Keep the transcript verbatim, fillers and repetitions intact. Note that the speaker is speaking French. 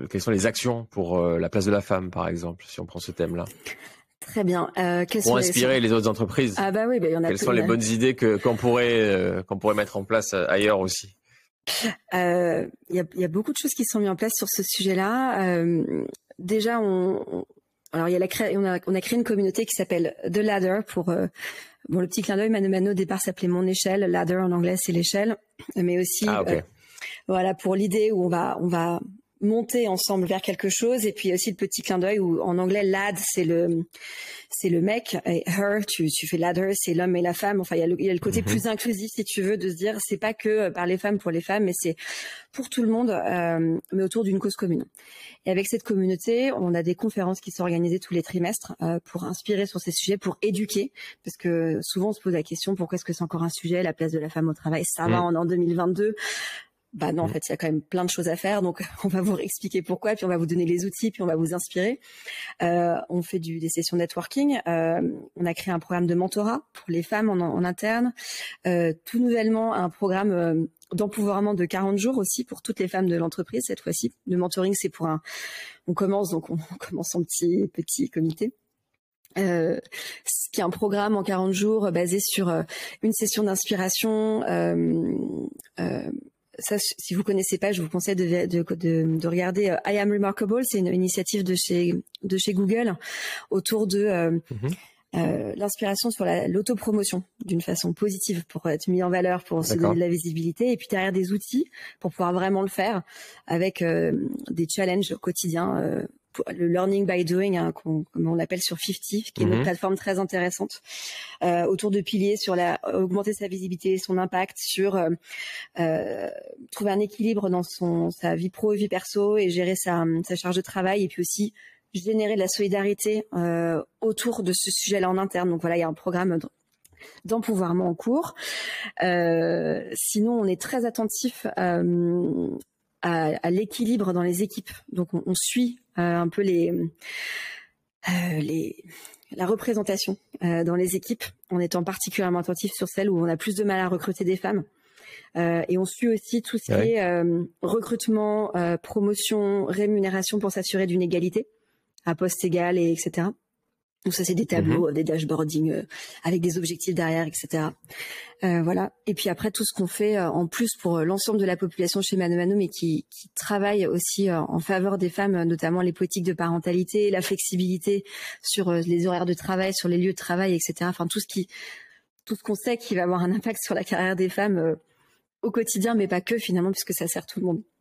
quelles sont les actions pour euh, la place de la femme, par exemple, si on prend ce thème-là? Très bien. Euh, pour inspirer les... les autres entreprises. Ah bah oui, bah, y en a quelles peu, sont les a... bonnes idées que qu'on pourrait euh, qu'on pourrait mettre en place ailleurs aussi? Il euh, y, a, y a beaucoup de choses qui sont mises en place sur ce sujet-là. Euh, déjà, on, on alors il y a la cré... on a on a créé une communauté qui s'appelle The Ladder pour euh, bon le petit clin d'œil. Mano Mano au départ s'appelait Mon Échelle. Ladder en anglais c'est l'échelle, mais aussi ah, okay. euh, voilà pour l'idée où on va on va monter ensemble vers quelque chose, et puis aussi le petit clin d'œil où en anglais lad c'est le c'est le mec et her tu tu fais ladder c'est l'homme et la femme. Enfin il y a le, il y a le côté mm-hmm. plus inclusif si tu veux, de se dire c'est pas que par les femmes pour les femmes, mais c'est pour tout le monde, euh, mais autour d'une cause commune. Et avec cette communauté, on a des conférences qui sont organisées tous les trimestres euh, pour inspirer sur ces sujets, pour éduquer, parce que souvent on se pose la question pourquoi est-ce que c'est encore un sujet, la place de la femme au travail, ça mm. va, on est en deux mille vingt-deux. Bah non, en fait, il y a quand même plein de choses à faire. Donc, on va vous expliquer pourquoi, puis on va vous donner les outils, puis on va vous inspirer. Euh, on fait du, des sessions networking. Euh, on a créé un programme de mentorat pour les femmes en, en interne. Euh, tout nouvellement, un programme euh, d'empouvoirment de quarante jours aussi pour toutes les femmes de l'entreprise cette fois-ci. Le mentoring, c'est pour un... On commence, donc on, on commence en petit, petit comité. Euh, ce qui est un programme en quarante jours basé sur euh, une session d'inspiration, euh, euh, ça, si vous connaissez pas, je vous conseille de, de, de, de regarder euh, I Am Remarkable. C'est une initiative de chez de chez Google autour de euh, mm-hmm. euh, l'inspiration sur la, l'autopromotion d'une façon positive pour être mis en valeur, pour se donner de la visibilité, et puis derrière des outils pour pouvoir vraiment le faire avec euh, des challenges quotidiens. Euh, le learning by doing, hein, qu'on, comme on l'appelle sur cinquante, qui est mm-hmm. une plateforme très intéressante euh, autour de piliers sur la augmenter sa visibilité, son impact, sur euh, euh, trouver un équilibre dans son sa vie pro et vie perso, et gérer sa sa charge de travail, et puis aussi générer de la solidarité euh, autour de ce sujet-là en interne. Donc voilà, il y a un programme d'empouvoirment en cours. Euh, sinon, on est très attentif euh, à, à l'équilibre dans les équipes. Donc on, on suit euh, un peu les, euh, les la représentation euh, dans les équipes, en étant particulièrement attentif sur celles où on a plus de mal à recruter des femmes. Euh, et on suit aussi tout ce qui ouais. est euh, recrutement, euh, promotion, rémunération pour s'assurer d'une égalité à poste égal, et etc. Donc ça, c'est des tableaux, mmh. des dashboarding euh, avec des objectifs derrière, et cetera. Euh, voilà. Et puis après, tout ce qu'on fait euh, en plus pour euh, l'ensemble de la population chez Mano Mano, mais qui, qui travaille aussi euh, en faveur des femmes, notamment les politiques de parentalité, la flexibilité sur euh, les horaires de travail, sur les lieux de travail, et cetera. Enfin, tout ce qui, tout ce qu'on sait qui va avoir un impact sur la carrière des femmes euh, au quotidien, mais pas que finalement, puisque ça sert tout le monde.